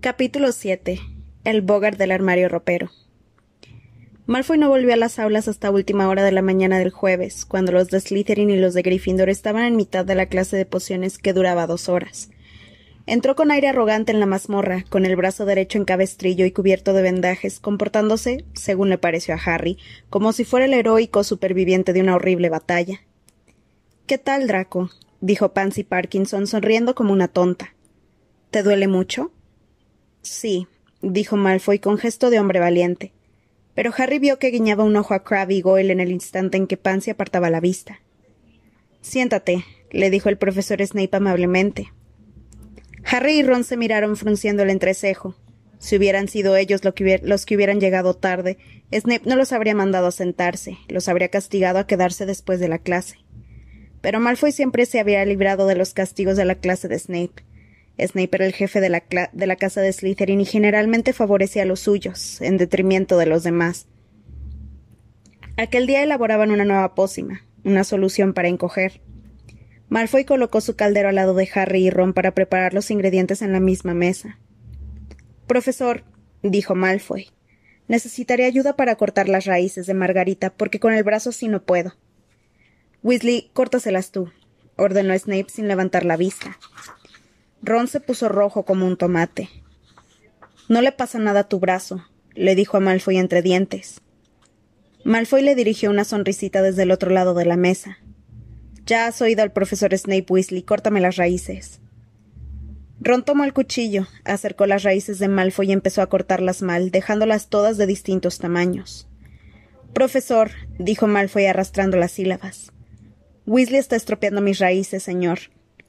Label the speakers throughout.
Speaker 1: Capítulo 7. El Bogart del armario ropero. Malfoy no volvió a las aulas hasta última hora de la mañana del jueves, cuando los de Slytherin y los de Gryffindor estaban en mitad de la clase de pociones que duraba 2 horas. Entró con aire arrogante en la mazmorra, con el brazo derecho en cabestrillo y cubierto de vendajes, comportándose, según le pareció a Harry, como si fuera el heroico superviviente de una horrible batalla. «¿Qué tal, Draco?», dijo Pansy Parkinson, sonriendo como una tonta. «¿Te duele mucho?» «Sí», dijo Malfoy con gesto de hombre valiente. Pero Harry vio que guiñaba un ojo a Crabbe y Goyle en el instante en que Pansy apartaba la vista. «Siéntate», le dijo el profesor Snape amablemente. Harry y Ron se miraron frunciendo el entrecejo. Si hubieran sido ellos los que hubieran llegado tarde, Snape no los habría mandado a sentarse, los habría castigado a quedarse después de la clase. Pero Malfoy siempre se había librado de los castigos de la clase de Snape. Snape era el jefe de la casa de Slytherin y generalmente favorecía a los suyos, en detrimento de los demás. Aquel día elaboraban una nueva pócima, una solución para encoger. Malfoy colocó su caldero al lado de Harry y Ron para preparar los ingredientes en la misma mesa. «Profesor», dijo Malfoy, «necesitaré ayuda para cortar las raíces de Margarita, porque con el brazo sí no puedo». «Weasley, córtaselas tú», ordenó Snape sin levantar la vista. Ron se puso rojo como un tomate. «No le pasa nada a tu brazo», le dijo a Malfoy entre dientes. Malfoy le dirigió una sonrisita desde el otro lado de la mesa. «Ya has oído al profesor Snape, Weasley, córtame las raíces». Ron tomó el cuchillo, acercó las raíces de Malfoy y empezó a cortarlas mal, dejándolas todas de distintos tamaños. «Profesor», dijo Malfoy arrastrando las sílabas. «Weasley está estropeando mis raíces, señor».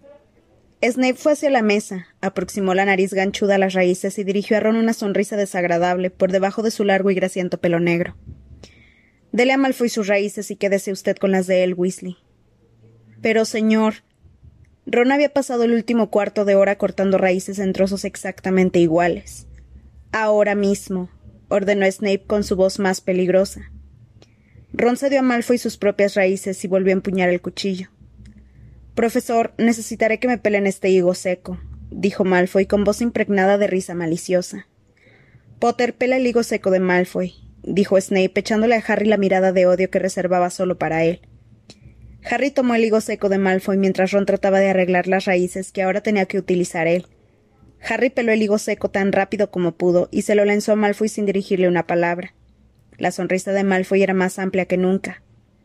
Speaker 1: Snape fue hacia la mesa, aproximó la nariz ganchuda a las raíces y dirigió a Ron una sonrisa desagradable por debajo de su largo y grasiento pelo negro. «Dele a Malfoy sus raíces y quédese usted con las de él, Weasley». «Pero, señor...» Ron había pasado el último cuarto de hora cortando raíces en trozos exactamente iguales. «Ahora mismo», ordenó Snape con su voz más peligrosa. Ron cedió a Malfoy sus propias raíces y volvió a empuñar el cuchillo. «Profesor, necesitaré que me pelen este higo seco», dijo Malfoy con voz impregnada de risa maliciosa. «Potter, pela el higo seco de Malfoy», dijo Snape, echándole a Harry la mirada de odio que reservaba solo para él. Harry tomó el higo seco de Malfoy mientras Ron trataba de arreglar las raíces que ahora tenía que utilizar él. Harry peló el higo seco tan rápido como pudo y se lo lanzó a Malfoy sin dirigirle una palabra. La sonrisa de Malfoy era más amplia que nunca.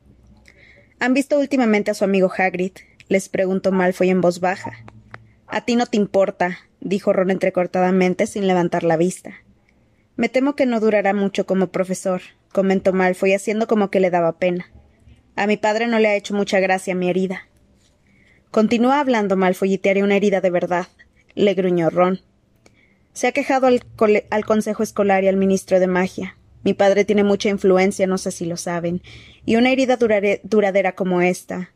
Speaker 1: «¿Han visto últimamente a su amigo Hagrid?», les preguntó Malfoy en voz baja. «A ti no te importa», dijo Ron entrecortadamente sin levantar la vista. «Me temo que no durará mucho como profesor», comentó Malfoy haciendo como que le daba pena. «A mi padre no le ha hecho mucha gracia mi herida». «Continúa hablando, Malfoy, y te haré una herida de verdad», le gruñó Ron. «Se ha quejado al consejo escolar y al ministro de magia. Mi padre tiene mucha influencia, no sé si lo saben, y una herida duradera como esta...»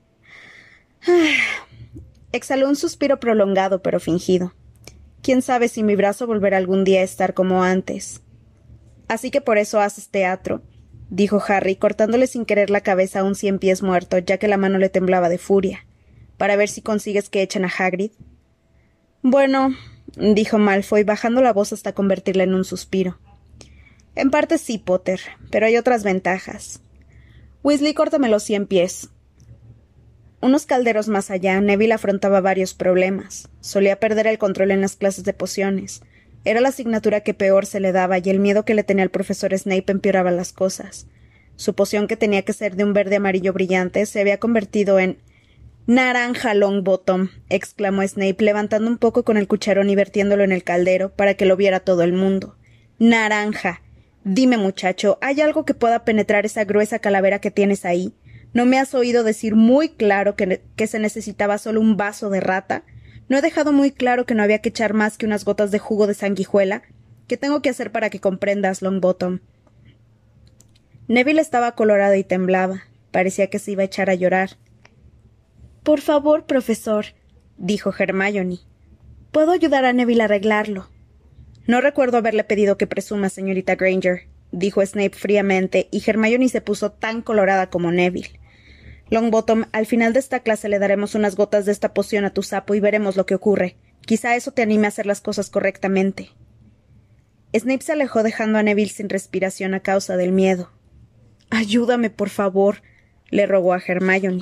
Speaker 1: Exhaló un suspiro prolongado pero fingido. «Quién sabe si mi brazo volverá algún día a estar como antes». «Así que por eso haces teatro», dijo Harry, cortándole sin querer la cabeza a un 100 pies muerto, ya que la mano le temblaba de furia. «¿Para ver si consigues que echen a Hagrid?» «Bueno», dijo Malfoy, bajando la voz hasta convertirla en un suspiro. «En parte sí, Potter, pero hay otras ventajas. Weasley, córtame los 100 pies». Unos calderos más allá, Neville afrontaba varios problemas. Solía perder el control en las clases de pociones. Era la asignatura que peor se le daba y el miedo que le tenía el profesor Snape empeoraba las cosas. Su poción, que tenía que ser de un verde amarillo brillante, se había convertido en... «¡Naranja, Longbottom!», exclamó Snape, levantando un poco con el cucharón y vertiéndolo en el caldero para que lo viera todo el mundo. «¡Naranja! Dime, muchacho, ¿hay algo que pueda penetrar esa gruesa calavera que tienes ahí? ¿No me has oído decir muy claro que se necesitaba solo un vaso de rata? ¿No he dejado muy claro que no había que echar más que unas gotas de jugo de sanguijuela? ¿Qué tengo que hacer para que comprendas, Longbottom?» Neville estaba colorado y temblaba. Parecía que se iba a echar a llorar. «Por favor, profesor», dijo Hermione. «Puedo ayudar a Neville a arreglarlo». «No recuerdo haberle pedido que presuma, señorita Granger», dijo Snape fríamente, y Hermione se puso tan colorada como Neville. «Longbottom, al final de esta clase le daremos unas gotas de esta poción a tu sapo y veremos lo que ocurre. Quizá eso te anime a hacer las cosas correctamente». Snape se alejó dejando a Neville sin respiración a causa del miedo. «Ayúdame, por favor», le rogó a Hermione.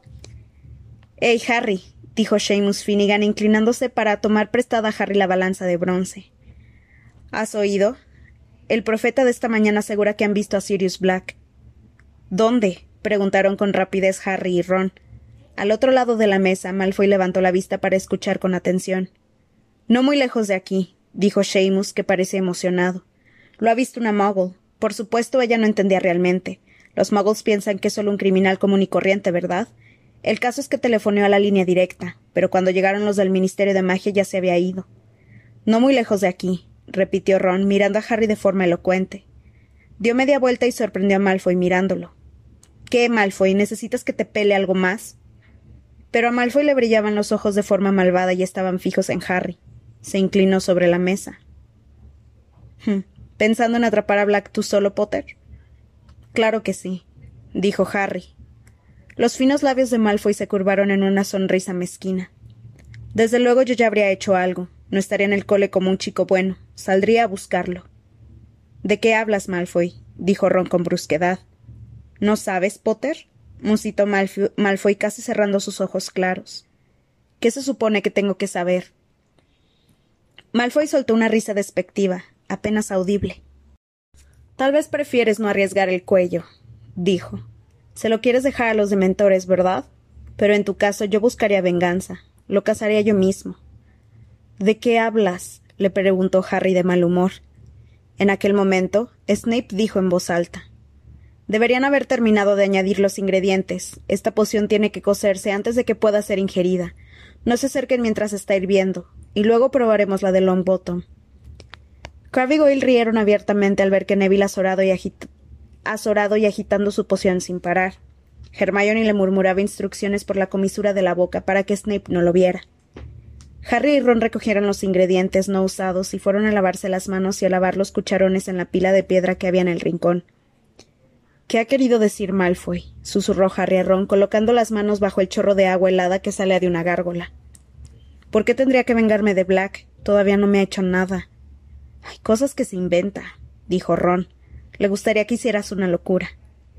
Speaker 1: «Hey, Harry», dijo Seamus Finnegan, inclinándose para tomar prestada a Harry la balanza de bronce. «¿Has oído? El profeta de esta mañana asegura que han visto a Sirius Black». «¿Dónde?», preguntaron con rapidez Harry y Ron. Al otro lado de la mesa, Malfoy levantó la vista para escuchar con atención. «No muy lejos de aquí», dijo Seamus, que parecía emocionado. «Lo ha visto una Muggle. Por supuesto, ella no entendía realmente. Los Muggles piensan que es solo un criminal común y corriente, ¿verdad? El caso es que telefoneó a la línea directa, pero cuando llegaron los del Ministerio de Magia ya se había ido». «No muy lejos de aquí», repitió Ron, mirando a Harry de forma elocuente. Dio media vuelta y sorprendió a Malfoy mirándolo. «¿Qué, Malfoy? ¿Necesitas que te pele algo más?» Pero a Malfoy le brillaban los ojos de forma malvada y estaban fijos en Harry. Se inclinó sobre la mesa. ¿Pensando en atrapar a Black tú solo, Potter? «Claro que sí», dijo Harry. Los finos labios de Malfoy se curvaron en una sonrisa mezquina. «Desde luego yo ya habría hecho algo. No estaría en el cole como un chico bueno. Saldría a buscarlo». «¿De qué hablas, Malfoy?», dijo Ron con brusquedad. «¿No sabes, Potter?», musitó Malfoy casi cerrando sus ojos claros. «¿Qué se supone que tengo que saber?». Malfoy soltó una risa despectiva, apenas audible. «Tal vez prefieres no arriesgar el cuello», dijo. «Se lo quieres dejar a los dementores, ¿verdad? Pero en tu caso yo buscaría venganza. Lo cazaría yo mismo». «¿De qué hablas?», le preguntó Harry de mal humor. En aquel momento, Snape dijo en voz alta. «Deberían haber terminado de añadir los ingredientes. Esta poción tiene que cocerse antes de que pueda ser ingerida. No se acerquen mientras está hirviendo, y luego probaremos la de Longbottom». Crabbe y Goyle rieron abiertamente al ver que Neville azorado y agitando su poción sin parar. Hermione le murmuraba instrucciones por la comisura de la boca para que Snape no lo viera. Harry y Ron recogieron los ingredientes no usados y fueron a lavarse las manos y a lavar los cucharones en la pila de piedra que había en el rincón. «¿Qué ha querido decir Malfoy?», susurró Harry a Ron, colocando las manos bajo el chorro de agua helada que sale de una gárgola. «¿Por qué tendría que vengarme de Black? Todavía no me ha hecho nada». «Hay cosas que se inventa», dijo Ron. «Le gustaría que hicieras una locura».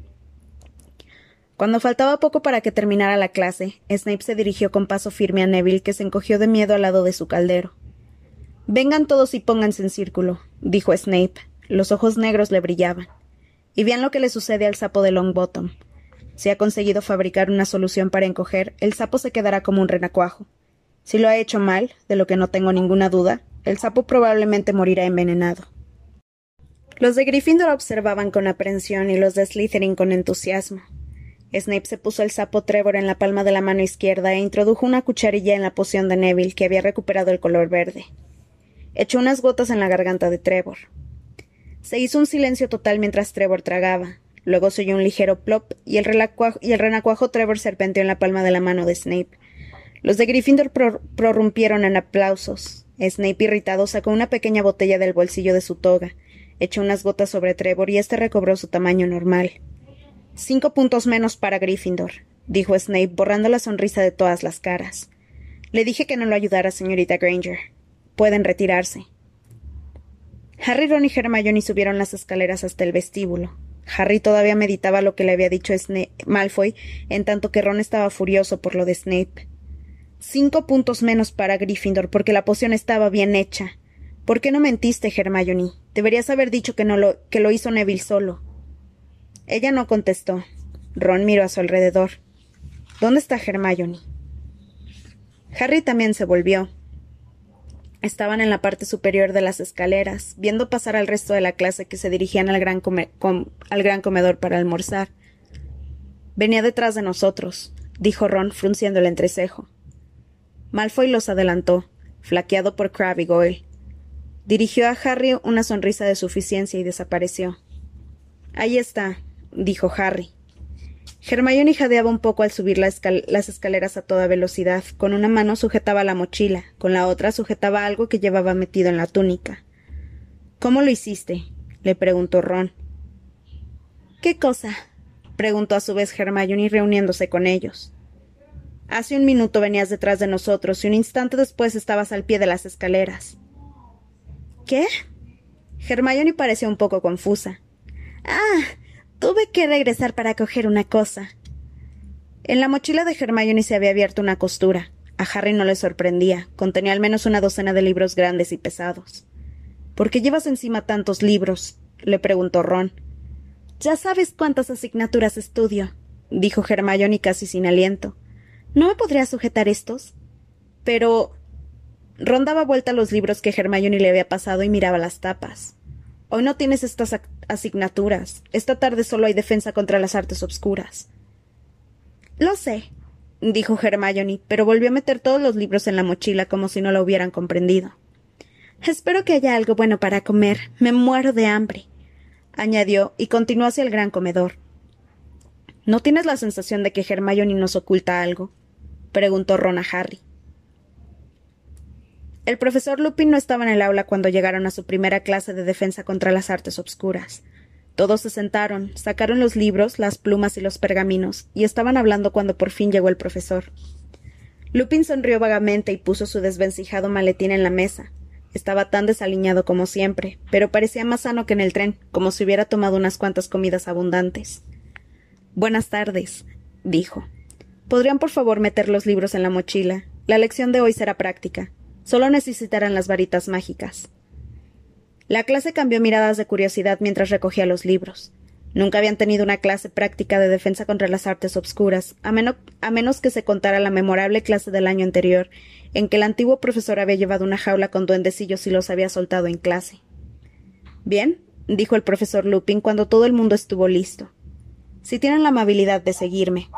Speaker 1: Cuando faltaba poco para que terminara la clase, Snape se dirigió con paso firme a Neville, que se encogió de miedo al lado de su caldero. «Vengan todos y pónganse en círculo», dijo Snape. Los ojos negros le brillaban. «Y vean lo que le sucede al sapo de Longbottom. Si ha conseguido fabricar una solución para encoger, el sapo se quedará como un renacuajo. Si lo ha hecho mal, de lo que no tengo ninguna duda, el sapo probablemente morirá envenenado». Los de Gryffindor observaban con aprensión y los de Slytherin con entusiasmo. Snape se puso el sapo Trevor en la palma de la mano izquierda e introdujo una cucharilla en la poción de Neville, que había recuperado el color verde. Echó unas gotas en la garganta de Trevor. Se hizo un silencio total mientras Trevor tragaba. Luego se oyó un ligero plop y el renacuajo Trevor serpenteó en la palma de la mano de Snape. Los de Gryffindor prorrumpieron en aplausos. Snape, irritado, sacó una pequeña botella del bolsillo de su toga, echó unas gotas sobre Trevor y éste recobró su tamaño normal. 5 puntos menos para Gryffindor, dijo Snape, borrando la sonrisa de todas las caras. Le dije que no lo ayudara, señorita Granger. Pueden retirarse. Harry, Ron y Hermione subieron las escaleras hasta el vestíbulo. Harry todavía meditaba lo que le había dicho Malfoy, en tanto que Ron estaba furioso por lo de Snape. 5 puntos menos para Gryffindor, porque la poción estaba bien hecha. ¿Por qué no mentiste, Hermione? Deberías haber dicho que lo hizo Neville solo. Ella no contestó. Ron miró a su alrededor. ¿Dónde está Hermione? Harry también se volvió. Estaban en la parte superior de las escaleras, viendo pasar al resto de la clase que se dirigían al gran comedor para almorzar. «Venía detrás de nosotros», dijo Ron, frunciendo el entrecejo. Malfoy los adelantó, flaqueado por Crabbe y Goyle. Dirigió a Harry una sonrisa de suficiencia y desapareció. «Ahí está», dijo Harry. Hermione jadeaba un poco al subir las escaleras a toda velocidad. Con una mano sujetaba la mochila, con la otra sujetaba algo que llevaba metido en la túnica. «¿Cómo lo hiciste?», le preguntó Ron. «¿Qué cosa?», preguntó a su vez Hermione, reuniéndose con ellos. «Hace un minuto venías detrás de nosotros y un instante después estabas al pie de las escaleras». «¿Qué?», Hermione parecía un poco confusa. «Ah, tuve que regresar para coger una cosa». En la mochila de Hermione se había abierto una costura. A Harry no le sorprendía. Contenía al menos una docena de libros grandes y pesados. «¿Por qué llevas encima tantos libros?», le preguntó Ron. «Ya sabes cuántas asignaturas estudio», dijo Hermione casi sin aliento. «¿No me podrías sujetar estos?» «Pero...» Ron daba vuelta a los libros que Hermione le había pasado y miraba las tapas. «Hoy no tienes estas asignaturas. Esta tarde solo hay defensa contra las artes obscuras». «Lo sé», dijo Hermione, pero volvió a meter todos los libros en la mochila como si no lo hubieran comprendido. «Espero que haya algo bueno para comer. Me muero de hambre», añadió, y continuó hacia el gran comedor. «¿No tienes la sensación de que Hermione nos oculta algo?», preguntó Ron a Harry. El profesor Lupin no estaba en el aula cuando llegaron a su primera clase de defensa contra las artes obscuras. Todos se sentaron, sacaron los libros, las plumas y los pergaminos, y estaban hablando cuando por fin llegó el profesor. Lupin sonrió vagamente y puso su desvencijado maletín en la mesa. Estaba tan desaliñado como siempre, pero parecía más sano que en el tren, como si hubiera tomado unas cuantas comidas abundantes. «Buenas tardes», dijo. «¿Podrían por favor meter los libros en la mochila? La lección de hoy será práctica. Solo necesitarán las varitas mágicas». La clase cambió miradas de curiosidad mientras recogía los libros. Nunca habían tenido una clase práctica de defensa contra las artes obscuras, a menos que se contara la memorable clase del año anterior, en que el antiguo profesor había llevado una jaula con duendecillos y los había soltado en clase. «Bien», dijo el profesor Lupin cuando todo el mundo estuvo listo. «Si tienen la amabilidad de seguirme».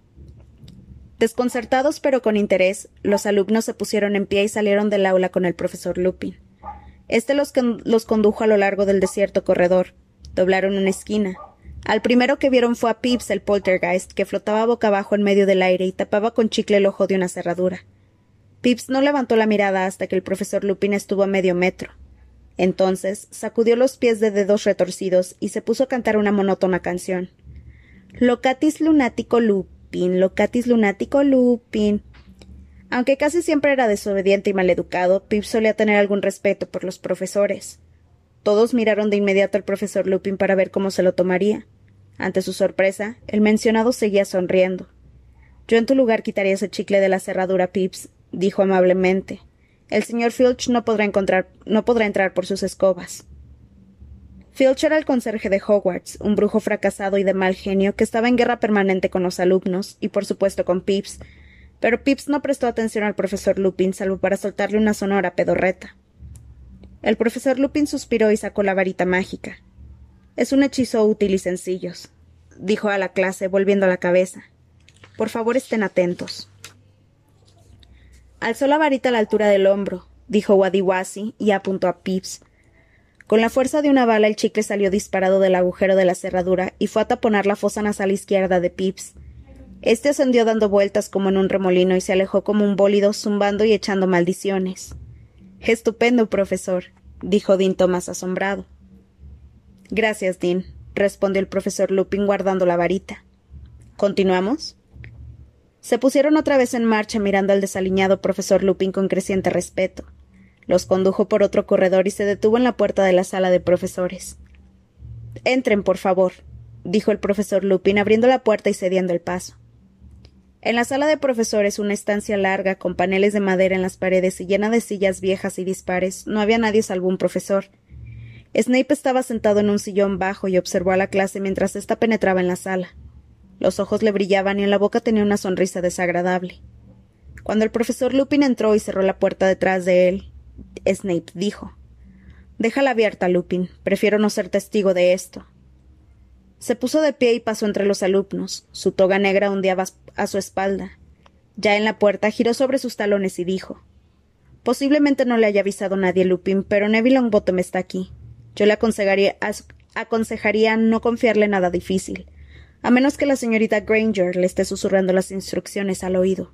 Speaker 1: Desconcertados pero con interés, los alumnos se pusieron en pie y salieron del aula con el profesor Lupin. Este los condujo a lo largo del desierto corredor. Doblaron una esquina. Al primero que vieron fue a Pips, el poltergeist, que flotaba boca abajo en medio del aire y tapaba con chicle el ojo de una cerradura. Pips no levantó la mirada hasta que el profesor Lupin estuvo a medio metro. Entonces sacudió los pies de dedos retorcidos y se puso a cantar una monótona canción. «Locatis lunático Lupin, locatis lunático Lupin». Aunque casi siempre era desobediente y maleducado, Pips solía tener algún respeto por los profesores. Todos miraron de inmediato al profesor Lupin para ver cómo se lo tomaría. Ante su sorpresa, el mencionado seguía sonriendo. «Yo en tu lugar quitaría ese chicle de la cerradura, Pips», dijo amablemente. «El señor Filch no podrá entrar por sus escobas». Filch era el conserje de Hogwarts, un brujo fracasado y de mal genio que estaba en guerra permanente con los alumnos, y por supuesto con Pips, pero Pips no prestó atención al profesor Lupin salvo para soltarle una sonora pedorreta. El profesor Lupin suspiró y sacó la varita mágica. «Es un hechizo útil y sencillo», dijo a la clase, volviendo la cabeza. «Por favor, estén atentos». Alzó la varita a la altura del hombro, dijo Wadi-Wasi, y apuntó a Pips. Con la fuerza de una bala el chicle salió disparado del agujero de la cerradura y fue a taponar la fosa nasal izquierda de Pips. Este ascendió dando vueltas como en un remolino y se alejó como un bólido, zumbando y echando maldiciones. «Estupendo, profesor», dijo Dean Thomas asombrado. «Gracias, Dean», respondió el profesor Lupin guardando la varita. «¿Continuamos?» Se pusieron otra vez en marcha mirando al desaliñado profesor Lupin con creciente respeto. Los condujo por otro corredor y se detuvo en la puerta de la sala de profesores. «Entren, por favor», dijo el profesor Lupin abriendo la puerta y cediendo el paso. En la sala de profesores, una estancia larga, con paneles de madera en las paredes y llena de sillas viejas y dispares, no había nadie salvo un profesor. Snape estaba sentado en un sillón bajo y observó a la clase mientras ésta penetraba en la sala. Los ojos le brillaban y en la boca tenía una sonrisa desagradable. Cuando el profesor Lupin entró y cerró la puerta detrás de él, Snape dijo: «Déjala abierta, Lupin. Prefiero no ser testigo de esto». Se puso de pie y pasó entre los alumnos. Su toga negra ondeaba a su espalda. Ya en la puerta giró sobre sus talones y dijo: «Posiblemente no le haya avisado nadie, Lupin, pero Neville Longbottom está aquí. Yo le aconsejaría no confiarle nada difícil, a menos que la señorita Granger le esté susurrando las instrucciones al oído».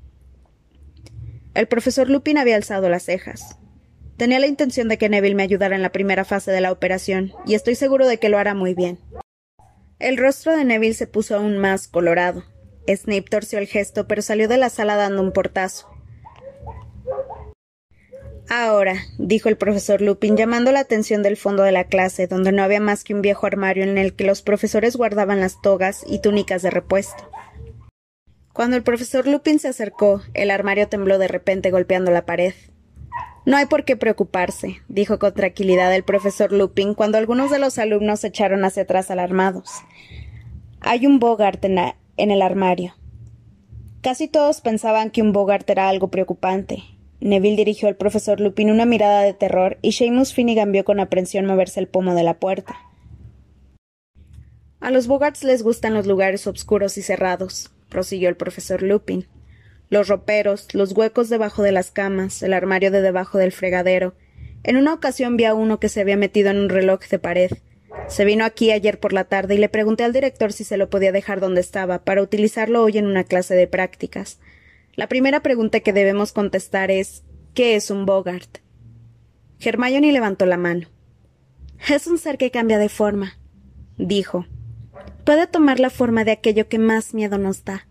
Speaker 1: El profesor Lupin había alzado las cejas. «Tenía la intención de que Neville me ayudara en la primera fase de la operación, y estoy seguro de que lo hará muy bien». El rostro de Neville se puso aún más colorado. Snape torció el gesto, pero salió de la sala dando un portazo. Ahora, dijo el profesor Lupin, llamando la atención del fondo de la clase, donde no había más que un viejo armario en el que los profesores guardaban las togas y túnicas de repuesto. Cuando el profesor Lupin se acercó, el armario tembló de repente golpeando la pared. No hay por qué preocuparse, dijo con tranquilidad el profesor Lupin cuando algunos de los alumnos se echaron hacia atrás alarmados. Hay un Bogart en el armario. Casi todos pensaban que un Bogart era algo preocupante. Neville dirigió al profesor Lupin una mirada de terror y Seamus Finnegan vio con aprensión moverse el pomo de la puerta. A los Bogarts les gustan los lugares oscuros y cerrados, prosiguió el profesor Lupin. Los roperos, los huecos debajo de las camas, el armario de debajo del fregadero. En una ocasión vi a uno que se había metido en un reloj de pared. Se vino aquí ayer por la tarde y le pregunté al director si se lo podía dejar donde estaba para utilizarlo hoy en una clase de prácticas. La primera pregunta que debemos contestar es ¿qué es un Bogart? Hermione levantó la mano. Es un ser que cambia de forma, dijo. Puede tomar la forma de aquello que más miedo nos da.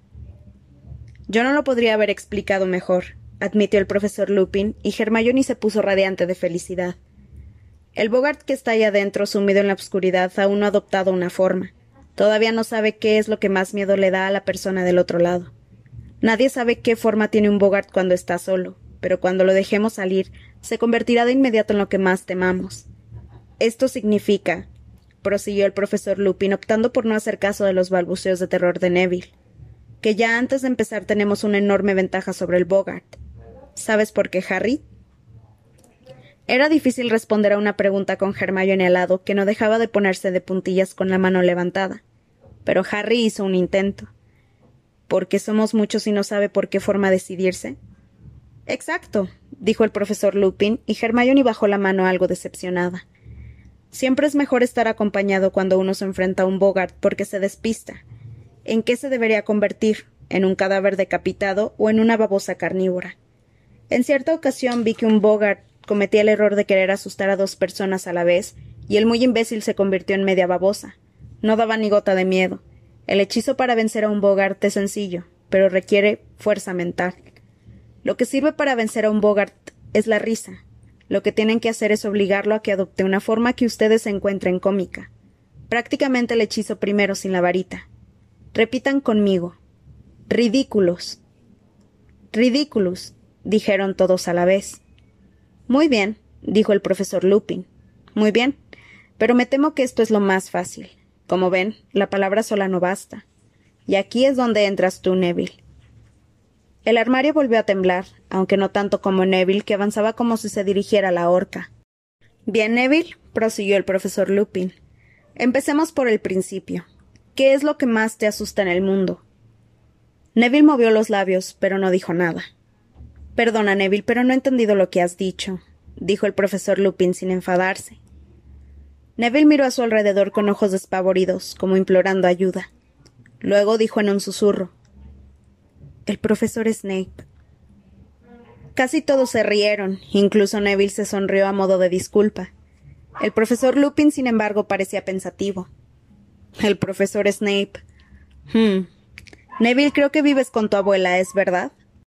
Speaker 1: Yo no lo podría haber explicado mejor, admitió el profesor Lupin, y Hermione se puso radiante de felicidad. El Bogart que está ahí adentro, sumido en la oscuridad, aún no ha adoptado una forma. Todavía no sabe qué es lo que más miedo le da a la persona del otro lado. Nadie sabe qué forma tiene un Bogart cuando está solo, pero cuando lo dejemos salir, se convertirá de inmediato en lo que más temamos. Esto significa, prosiguió el profesor Lupin, optando por no hacer caso de los balbuceos de terror de Neville, que ya antes de empezar tenemos una enorme ventaja sobre el Bogart. ¿Sabes por qué, Harry? Era difícil responder a una pregunta con Hermione al lado, que no dejaba de ponerse de puntillas con la mano levantada. Pero Harry hizo un intento. ¿Por qué somos muchos y no sabe por qué forma decidirse? Exacto, dijo el profesor Lupin, y Hermione bajó la mano algo decepcionada. Siempre es mejor estar acompañado cuando uno se enfrenta a un Bogart porque se despista. ¿En qué se debería convertir? ¿En un cadáver decapitado o en una babosa carnívora? En cierta ocasión vi que un Bogart cometía el error de querer asustar a dos personas a la vez, y el muy imbécil se convirtió en media babosa. No daba ni gota de miedo. El hechizo para vencer a un Bogart es sencillo, pero requiere fuerza mental. Lo que sirve para vencer a un Bogart es la risa. Lo que tienen que hacer es obligarlo a que adopte una forma que ustedes encuentren cómica. Prácticamente el hechizo primero sin la varita. Repitan conmigo. Ridículos. Ridículos, dijeron todos a la vez. Muy bien, dijo el profesor Lupin. Muy bien, pero me temo que esto es lo más fácil. Como ven, la palabra sola no basta. Y aquí es donde entras tú, Neville. El armario volvió a temblar, aunque no tanto como Neville, que avanzaba como si se dirigiera a la horca. Bien, Neville, prosiguió el profesor Lupin. Empecemos por el principio. ¿Qué es lo que más te asusta en el mundo? Neville movió los labios, pero no dijo nada. Perdona, Neville, pero no he entendido lo que has dicho, dijo el profesor Lupin sin enfadarse. Neville miró a su alrededor con ojos despavoridos, como implorando ayuda. Luego dijo en un susurro. El profesor Snape. Casi todos se rieron, incluso Neville se sonrió a modo de disculpa. El profesor Lupin, sin embargo, parecía pensativo. El profesor Snape. Neville, creo que vives con tu abuela, ¿es verdad?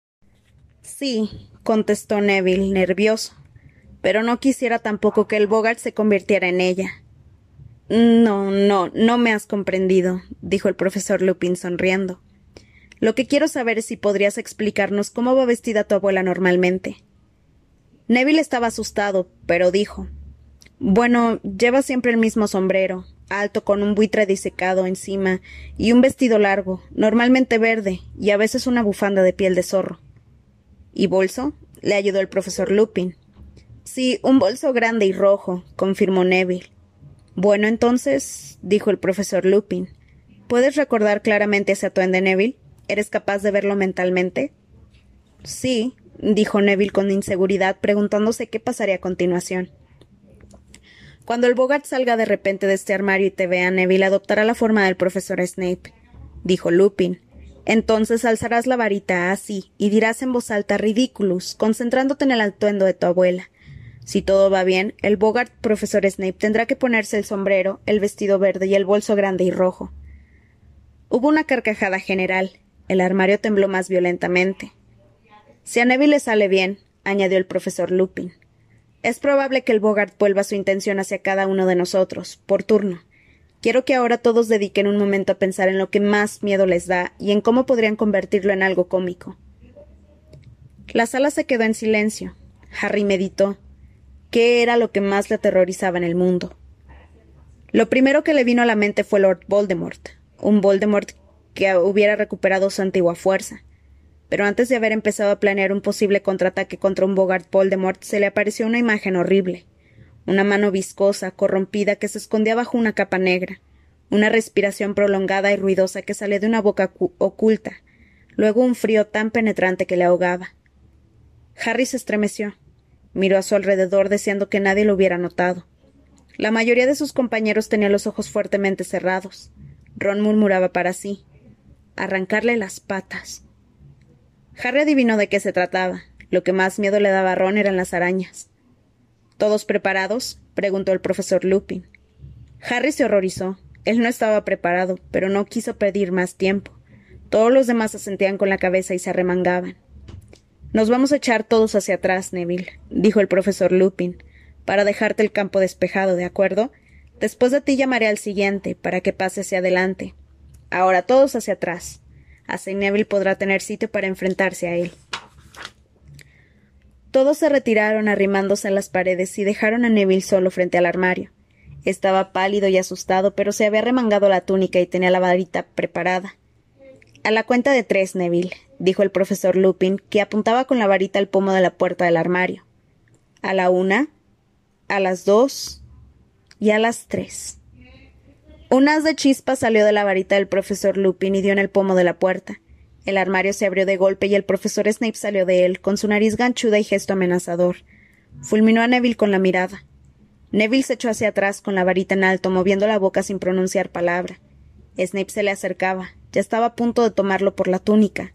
Speaker 1: Sí, contestó Neville, nervioso. Pero no quisiera tampoco que el Bogart se convirtiera en ella. No me has comprendido, dijo el profesor Lupin sonriendo. Lo que quiero saber es si podrías explicarnos cómo va vestida tu abuela normalmente. Neville estaba asustado, pero dijo. Bueno, lleva siempre el mismo sombrero, alto con un buitre disecado encima, y un vestido largo, normalmente verde, y a veces una bufanda de piel de zorro. ¿Y bolso? Le ayudó el profesor Lupin. Sí, un bolso grande y rojo, confirmó Neville. Bueno, entonces, dijo el profesor Lupin, ¿puedes recordar claramente ese atuendo, Neville? ¿Eres capaz de verlo mentalmente? Sí, dijo Neville con inseguridad, preguntándose qué pasaría a continuación. Cuando el Bogart salga de repente de este armario y te vea, Neville, adoptará la forma del profesor Snape, dijo Lupin. Entonces alzarás la varita así y dirás en voz alta Ridiculous, concentrándote en el atuendo de tu abuela. Si todo va bien, el Bogart profesor Snape tendrá que ponerse el sombrero, el vestido verde y el bolso grande y rojo. Hubo una carcajada general. El armario tembló más violentamente. Si a Neville le sale bien, añadió el profesor Lupin. Es probable que el Bogart vuelva su intención hacia cada uno de nosotros, por turno. Quiero que ahora todos dediquen un momento a pensar en lo que más miedo les da y en cómo podrían convertirlo en algo cómico. La sala se quedó en silencio. Harry meditó. ¿Qué era lo que más le aterrorizaba en el mundo? Lo primero que le vino a la mente fue Lord Voldemort, un Voldemort que hubiera recuperado su antigua fuerza. Pero antes de haber empezado a planear un posible contraataque contra un Bogart Voldemort, se le apareció una imagen horrible. Una mano viscosa, corrompida, que se escondía bajo una capa negra. Una respiración prolongada y ruidosa que salía de una boca oculta. Luego un frío tan penetrante que le ahogaba. Harry se estremeció. Miró a su alrededor deseando que nadie lo hubiera notado. La mayoría de sus compañeros tenían los ojos fuertemente cerrados. Ron murmuraba para sí. Arrancarle las patas. Harry adivinó de qué se trataba. Lo que más miedo le daba a Ron eran las arañas. ¿Todos preparados?, preguntó el profesor Lupin. Harry se horrorizó. Él no estaba preparado, pero no quiso pedir más tiempo. Todos los demás asentían con la cabeza y se arremangaban. Nos vamos a echar todos hacia atrás, Neville, dijo el profesor Lupin, para dejarte el campo despejado, ¿de acuerdo? Después de ti llamaré al siguiente, para que pase hacia adelante. Ahora todos hacia atrás. Así Neville podrá tener sitio para enfrentarse a él. Todos se retiraron arrimándose a las paredes y dejaron a Neville solo frente al armario. Estaba pálido y asustado, pero se había remangado la túnica y tenía la varita preparada. A la cuenta de 3, Neville, dijo el profesor Lupin, que apuntaba con la varita al pomo de la puerta del armario. A la 1, a las 2 y a las 3. Un haz de chispas salió de la varita del profesor Lupin y dio en el pomo de la puerta. El armario se abrió de golpe y el profesor Snape salió de él, con su nariz ganchuda y gesto amenazador. Fulminó a Neville con la mirada. Neville se echó hacia atrás con la varita en alto, moviendo la boca sin pronunciar palabra. Snape se le acercaba. Ya estaba a punto de tomarlo por la túnica.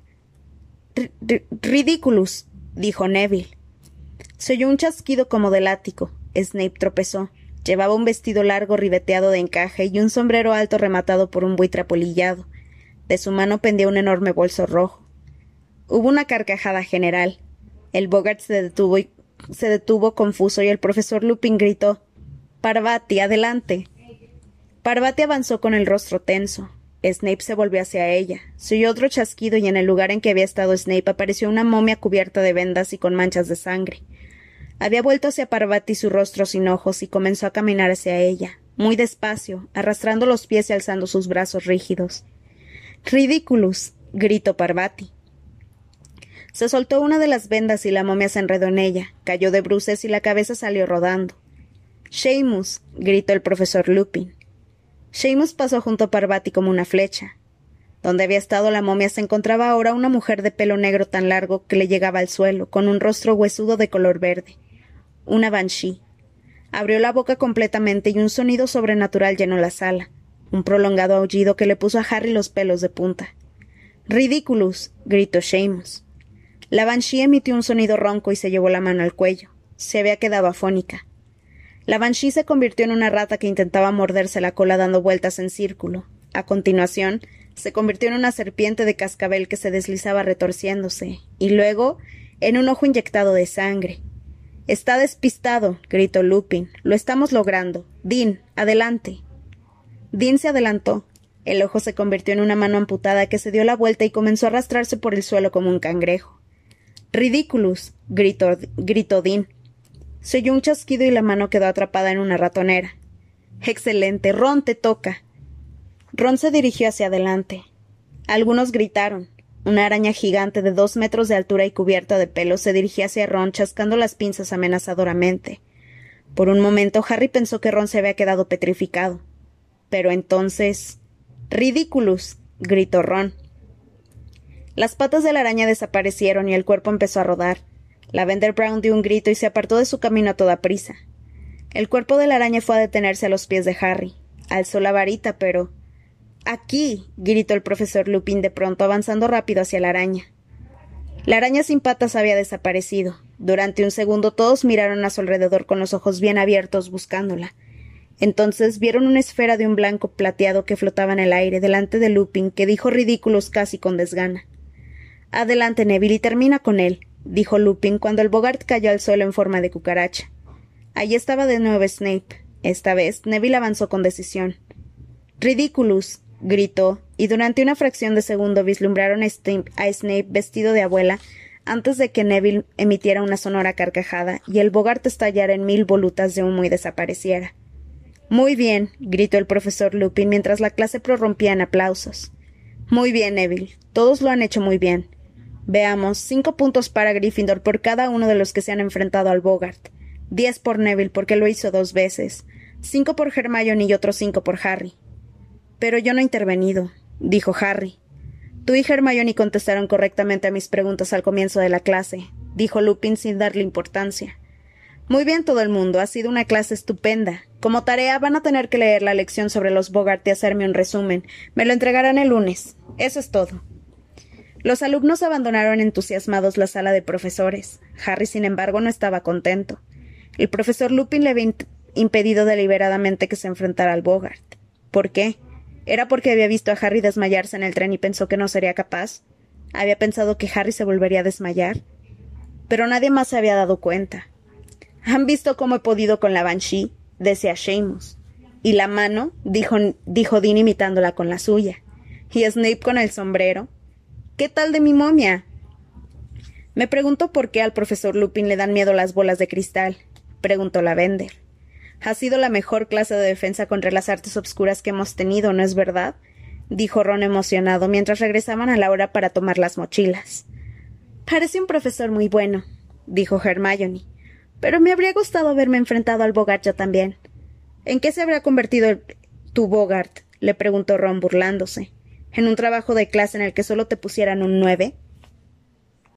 Speaker 1: —Ridiculous —dijo Neville. Se oyó un chasquido como de látigo. Snape tropezó. Llevaba un vestido largo ribeteado de encaje y un sombrero alto rematado por un buitre apolillado. De su mano pendía un enorme bolso rojo. Hubo una carcajada general. El Bogart se detuvo confuso y el profesor Lupin gritó: —Parvati, adelante. Parvati avanzó con el rostro tenso. Snape se volvió hacia ella. Se oyó otro chasquido y en el lugar en que había estado Snape apareció una momia cubierta de vendas y con manchas de sangre. Había vuelto hacia Parvati su rostro sin ojos y comenzó a caminar hacia ella, muy despacio, arrastrando los pies y alzando sus brazos rígidos. —¡Ridiculous! —gritó Parvati. Se soltó una de las vendas y la momia se enredó en ella, cayó de bruces y la cabeza salió rodando. —¡Seamus! —gritó el profesor Lupin. Seamus pasó junto a Parvati como una flecha. Donde había estado la momia se encontraba ahora una mujer de pelo negro tan largo que le llegaba al suelo, con un rostro huesudo de color verde. Una banshee. Abrió la boca completamente y un sonido sobrenatural llenó la sala. Un prolongado aullido que le puso a Harry los pelos de punta. —¡Ridiculous! —gritó Seamus. La banshee emitió un sonido ronco y se llevó la mano al cuello. Se había quedado afónica. La banshee se convirtió en una rata que intentaba morderse la cola dando vueltas en círculo. A continuación, se convirtió en una serpiente de cascabel que se deslizaba retorciéndose, y luego en un ojo inyectado de sangre. —Está despistado —gritó Lupin—. Lo estamos logrando. Dean, adelante. Dean se adelantó. El ojo se convirtió en una mano amputada que se dio la vuelta y comenzó a arrastrarse por el suelo como un cangrejo. —¡Ridiculous! —gritó Dean. Se oyó un chasquido y la mano quedó atrapada en una ratonera. —¡Excelente! Ron, te toca. Ron se dirigió hacia adelante. Algunos gritaron. Una araña gigante de 2 metros de altura y cubierta de pelo se dirigía hacia Ron, chascando las pinzas amenazadoramente. Por un momento Harry pensó que Ron se había quedado petrificado. Pero entonces... —¡Ridiculous! —gritó Ron. Las patas de la araña desaparecieron y el cuerpo empezó a rodar. Lavender Brown dio un grito y se apartó de su camino a toda prisa. El cuerpo de la araña fue a detenerse a los pies de Harry. Alzó la varita, pero... —¡Aquí! —gritó el profesor Lupin de pronto, avanzando rápido hacia la araña. La araña sin patas había desaparecido. Durante un segundo todos miraron a su alrededor con los ojos bien abiertos buscándola. Entonces vieron una esfera de un blanco plateado que flotaba en el aire delante de Lupin, que dijo ridículos casi con desgana. —Adelante, Neville, y termina con él dijo Lupin cuando el Bogart cayó al suelo en forma de cucaracha. Allí estaba de nuevo Snape. Esta vez Neville avanzó con decisión. —¡Ridiculous! —gritó, y durante una fracción de segundo vislumbraron a Snape vestido de abuela antes de que Neville emitiera una sonora carcajada y el Bogart estallara en 1000 volutas de humo y desapareciera. —Muy bien —gritó el profesor Lupin mientras la clase prorrumpía en aplausos. —Muy bien, Neville. Todos lo han hecho muy bien. Veamos, 5 puntos para Gryffindor por cada uno de los que se han enfrentado al Bogart. 10 por Neville porque lo hizo 2 veces. 5 por Hermione y otros 5 por Harry. —Pero yo no he intervenido —dijo Harry. —Tú y Hermione contestaron correctamente a mis preguntas al comienzo de la clase —dijo Lupin sin darle importancia. —Muy bien todo el mundo, ha sido una clase estupenda. Como tarea van a tener que leer la lección sobre los Bogart y hacerme un resumen. Me lo entregarán el lunes. Eso es todo. Los alumnos abandonaron entusiasmados la sala de profesores. Harry, sin embargo, no estaba contento. El profesor Lupin le había impedido deliberadamente que se enfrentara al Bogart. ¿Por qué? ¿Era porque había visto a Harry desmayarse en el tren y pensó que no sería capaz? ¿Había pensado que Harry se volvería a desmayar? Pero nadie más se había dado cuenta. —¿Han visto cómo he podido con la Banshee? —decía Seamus. —¿Y la mano? —dijo Dean imitándola con la suya. —¿Y Snape con el sombrero? —¿Qué tal de mi momia? —Me pregunto por qué al profesor Lupin le dan miedo las bolas de cristal —preguntó Lavender. —Ha sido la mejor clase de defensa contra las artes obscuras que hemos tenido, ¿no es verdad? —dijo Ron emocionado mientras regresaban a la hora para tomar las mochilas. —Parece un profesor muy bueno —dijo Hermione—, pero me habría gustado haberme enfrentado al Bogart yo también. —¿En qué se habrá convertido tu Bogart? —le preguntó Ron burlándose. —¿En un trabajo de clase en el que solo te pusieran un 9?